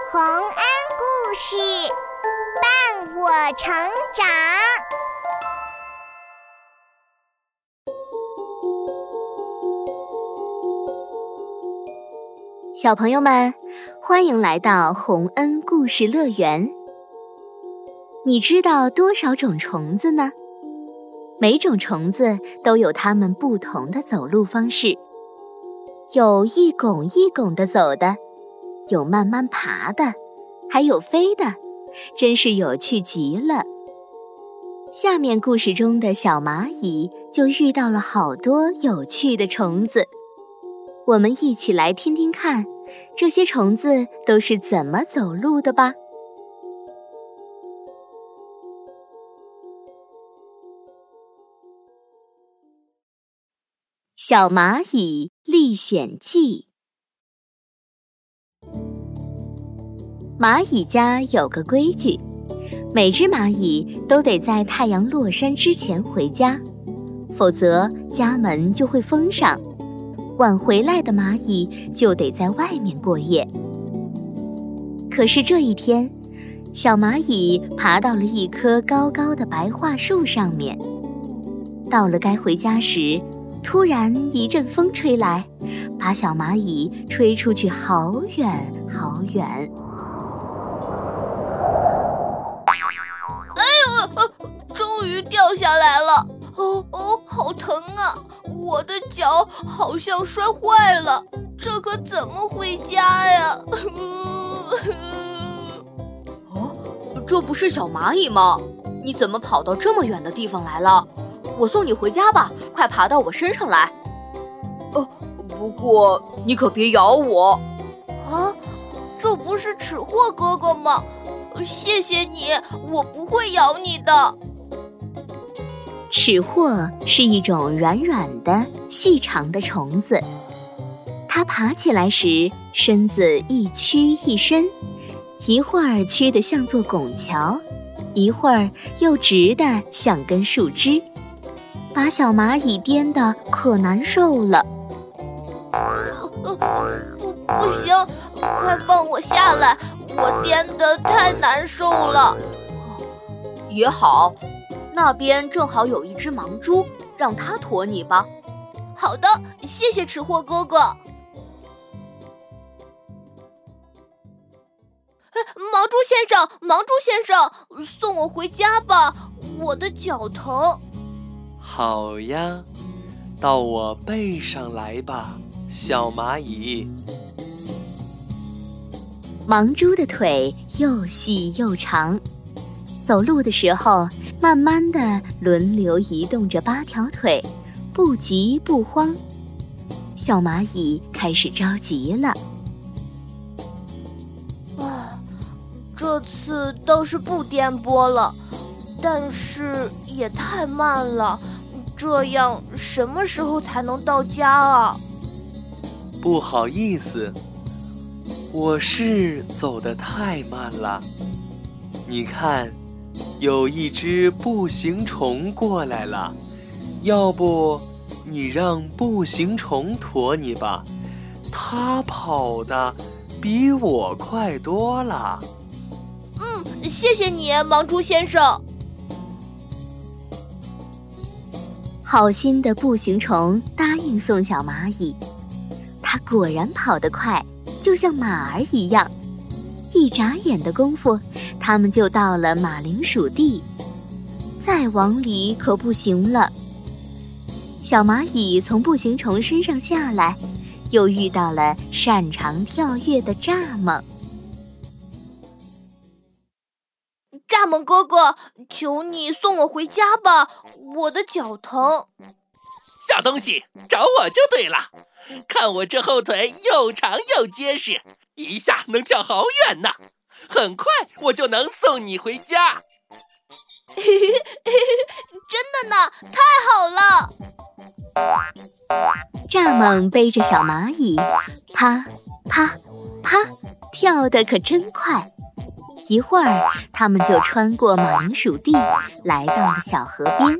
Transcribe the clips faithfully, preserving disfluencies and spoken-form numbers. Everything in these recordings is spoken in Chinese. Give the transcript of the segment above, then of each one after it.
洪恩故事伴我成长。 小朋友们，欢迎来到洪恩故事乐园。你知道多少种虫子呢？每种虫子都有它们不同的走路方式，有一拱一拱地走的，有慢慢爬的，还有飞的，真是有趣极了。下面故事中的小蚂蚁就遇到了好多有趣的虫子，我们一起来听听看，这些虫子都是怎么走路的吧。小蚂蚁历险记。蚂蚁家有个规矩，每只蚂蚁都得在太阳落山之前回家，否则家门就会封上，晚回来的蚂蚁就得在外面过夜。可是这一天，小蚂蚁爬到了一棵高高的白桦树上面，到了该回家时，突然一阵风吹来，把小蚂蚁吹出去好远好远。 哎呦、呃、终于掉下来了，哦哦，好疼啊，我的脚好像摔坏了，这可怎么回家呀？ 哦，这不是小蚂蚁吗？你怎么跑到这么远的地方来了？我送你回家吧，快爬到我身上来。哦，不过你可别咬我。 啊，这不是齿货哥哥吗？谢谢你，我不会咬你的。 齿货是一种软软的细长的虫子，它爬起来时身子一屈一伸，一会儿屈得像座拱桥，一会儿又直得像根树枝，把小蚂蚁颠得可难受了。 呃不不行，快放我下来，我颠得太难受了。 也好，那边正好有一只盲猪，让它驮你吧。 好的，谢谢齿货哥哥。盲猪先生，盲猪先生，送我回家吧，我的脚疼。 好呀，到我背上来吧，小蚂蚁。 盲猪的腿又细又长，走路的时候慢慢地轮流移动着八条腿，不急不慌。小蚂蚁开始着急了。 啊，这次倒是不颠簸了，但是也太慢了，这样什么时候才能到家啊？ 不好意思，我是走得太慢了。你看，有一只步行虫过来了，要不你让步行虫驮你吧，它跑得比我快多了。 嗯，谢谢你，盲猪先生。 好心的步行虫答应送小蚂蚁，它果然跑得快，就像马儿一样。一眨眼的功夫，他们就到了马铃薯地。再往里可不行了。小蚂蚁从步行虫身上下来，又遇到了擅长跳跃的蚱蜢。 蚱蜢哥哥，求你送我回家吧，我的脚疼。 小东西，找我就对了，看我这后腿又长又结实，一下能跳好远呢，很快我就能送你回家。 真的呢，太好了。 蚱蜢背着小蚂蚁，啪啪啪，跳得可真快。一会儿，他们就穿过马铃薯地，来到了小河边。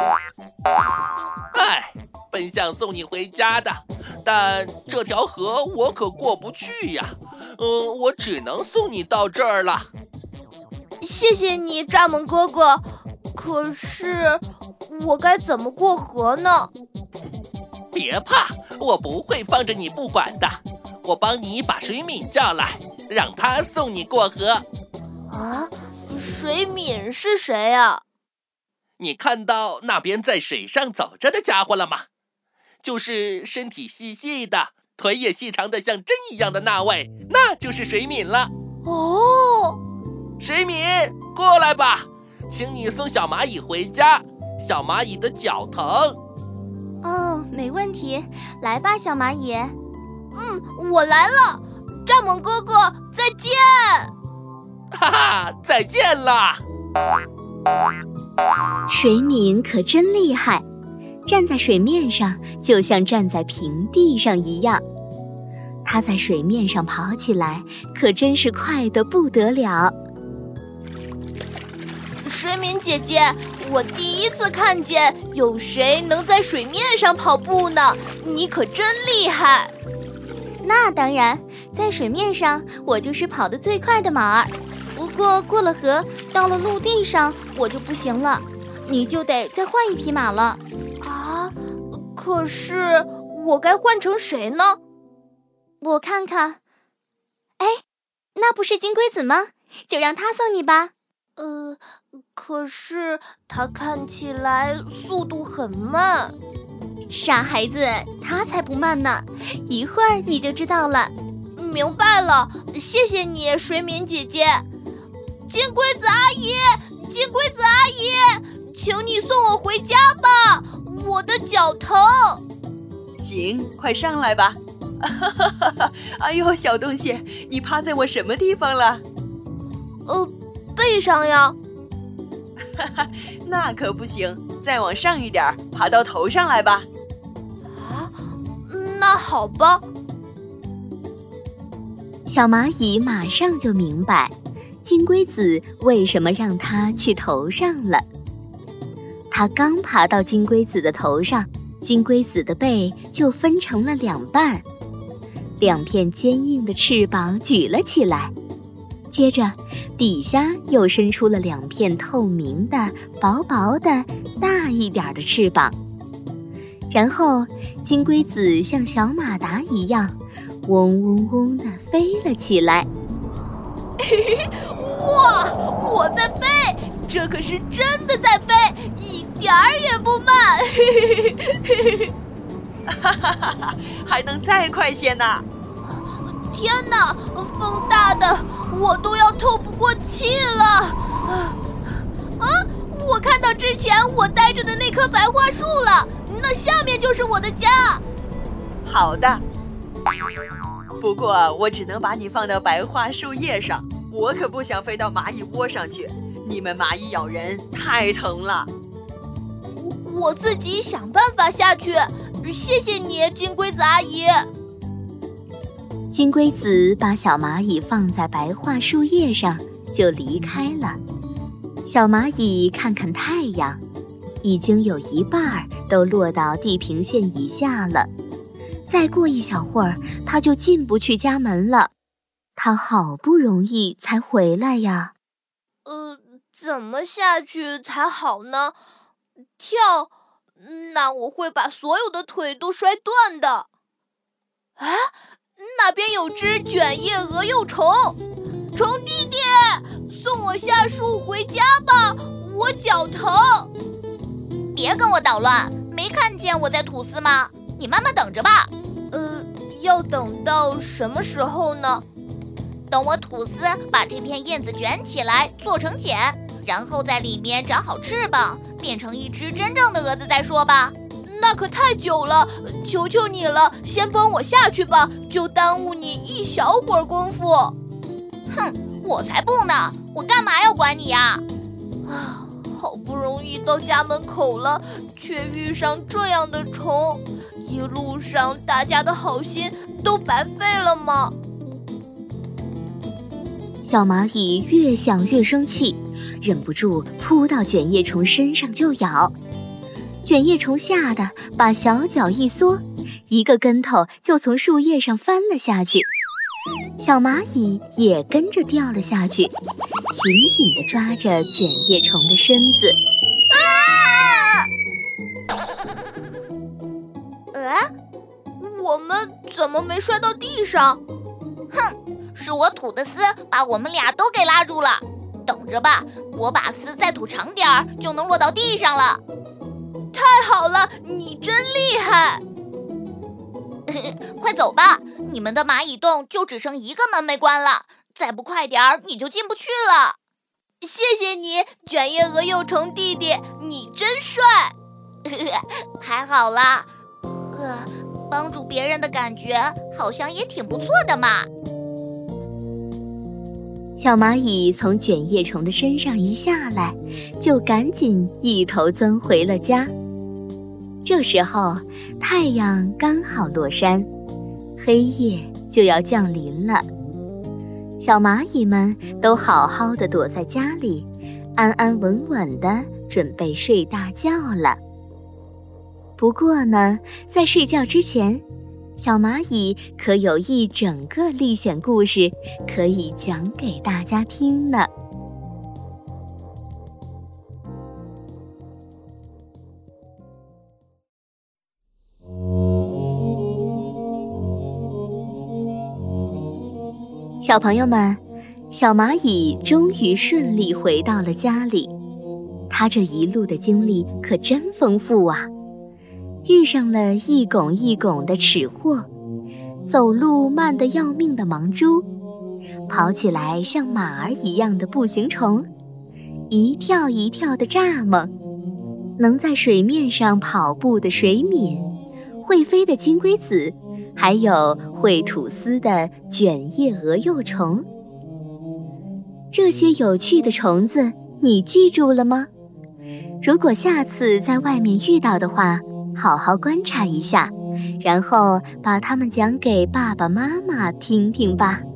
哎，本想送你回家的，但这条河我可过不去呀， 呃，我只能送你到这儿了。 谢谢你，蚱蜢哥哥。可是我该怎么过河呢？ 别怕，我不会放着你不管的。我帮你把水敏叫来，让他送你过河。 啊，水敏是谁啊？ 你看到那边在水上走着的家伙了吗？就是身体细细的，腿也细长的像针一样的那位，那就是水敏了。 哦， 水敏，过来吧，请你送小蚂蚁回家，小蚂蚁的脚疼。 哦，没问题，来吧，小蚂蚁。 嗯，我来了，蚱蜢哥哥，再见。 哈哈，再见啦！ 水敏可真厉害，站在水面上就像站在平地上一样。它在水面上跑起来，可真是快得不得了。 水敏姐姐，我第一次看见有谁能在水面上跑步呢，你可真厉害。 那当然，在水面上我就是跑得最快的马儿。不过过了河，到了陆地上我就不行了，你就得再换一匹马了。 啊，可是我该换成谁呢？ 我看看，哎，那不是金龟子吗？就让他送你吧。 呃，可是他看起来速度很慢。 傻孩子，他才不慢呢，一会儿你就知道了。 明白了，谢谢你，水敏姐姐。金龟子阿姨，金龟子阿姨，请你送我回家吧，我的脚疼。 行，快上来吧。哎呦，小东西，你趴在我什么地方了？ 呃，背上呀。 那可不行，再往上一点，爬到头上来吧。 啊，那好吧。 小蚂蚁马上就明白金龟子为什么让它去头上了。它刚爬到金龟子的头上，金龟子的背就分成了两半，两片坚硬的翅膀举了起来，接着底下又伸出了两片透明的、薄薄的、大一点的翅膀。然后金龟子像小马达一样嗡嗡嗡地飞了起来。 哇，我在飞，这可是真的在飞，一点儿也不慢。 还能再快些呢！ 天哪，风大的我都要透不过气了。啊，啊，我看到之前我待着的那棵白桦树了，那下面就是我的家。 好的。不过我只能把你放到白桦树叶上，我可不想飞到蚂蚁窝上去，你们蚂蚁咬人太疼了。 我我自己想办法下去，谢谢你，金龟子阿姨。 金龟子把小蚂蚁放在白桦树叶上就离开了。小蚂蚁看看太阳，已经有一半都落到地平线以下了。再过一小会儿，它就进不去家门了。它好不容易才回来呀。 呃，怎么下去才好呢？跳，那我会把所有的腿都摔断的。啊，那边有只卷叶鹅幼虫，虫弟弟，送我下树回家吧，我脚疼。 别跟我捣乱，没看见我在吐丝吗？你慢慢等着吧。 呃，要等到什么时候呢？ 等我吐丝把这片叶子卷起来做成茧，然后在里面长好翅膀，变成一只真正的蛾子再说吧。 那可太久了，求求你了，先帮我下去吧，就耽误你一小会儿功夫。 哼，我才不呢，我干嘛要管你呀？ 啊，好不容易到家门口了，却遇上这样的虫，一路上大家的好心都白费了吗？ 小蚂蚁越想越生气，忍不住扑到卷叶虫身上就咬。卷叶虫吓得把小脚一缩，一个跟头就从树叶上翻了下去。 小蚂蚁也跟着掉了下去，紧紧地抓着卷叶虫的身子。 呃， 我们怎么没摔到地上？ 哼，是我吐的丝把我们俩都给拉住了。等着吧，我把丝再吐长点儿，就能落到地上了。 太好了，你真厉害！ 快走吧，你们的蚂蚁洞就只剩一个门没关了，再不快点儿你就进不去了。 谢谢你，卷叶鹅幼虫弟弟，你真帅！ 还好啦，呃，帮助别人的感觉好像也挺不错的嘛。 小蚂蚁从卷叶虫的身上一下来，就赶紧一头钻回了家。这时候太阳刚好落山，黑夜就要降临了。小蚂蚁们都好好的躲在家里，安安稳稳的准备睡大觉了。不过呢，在睡觉之前，小蚂蚁可有一整个历险故事可以讲给大家听呢。小朋友们，小蚂蚁终于顺利回到了家里。它这一路的经历可真丰富啊！遇上了一拱一拱的齿货，走路慢得要命的盲蛛，跑起来像马儿一样的步行虫，一跳一跳的蚱蜢，能在水面上跑步的水敏，会飞的金龟子，还有会吐丝的卷叶鹅幼虫。这些有趣的虫子你记住了吗？如果下次在外面遇到的话，好好观察一下，然后把它们讲给爸爸妈妈听听吧。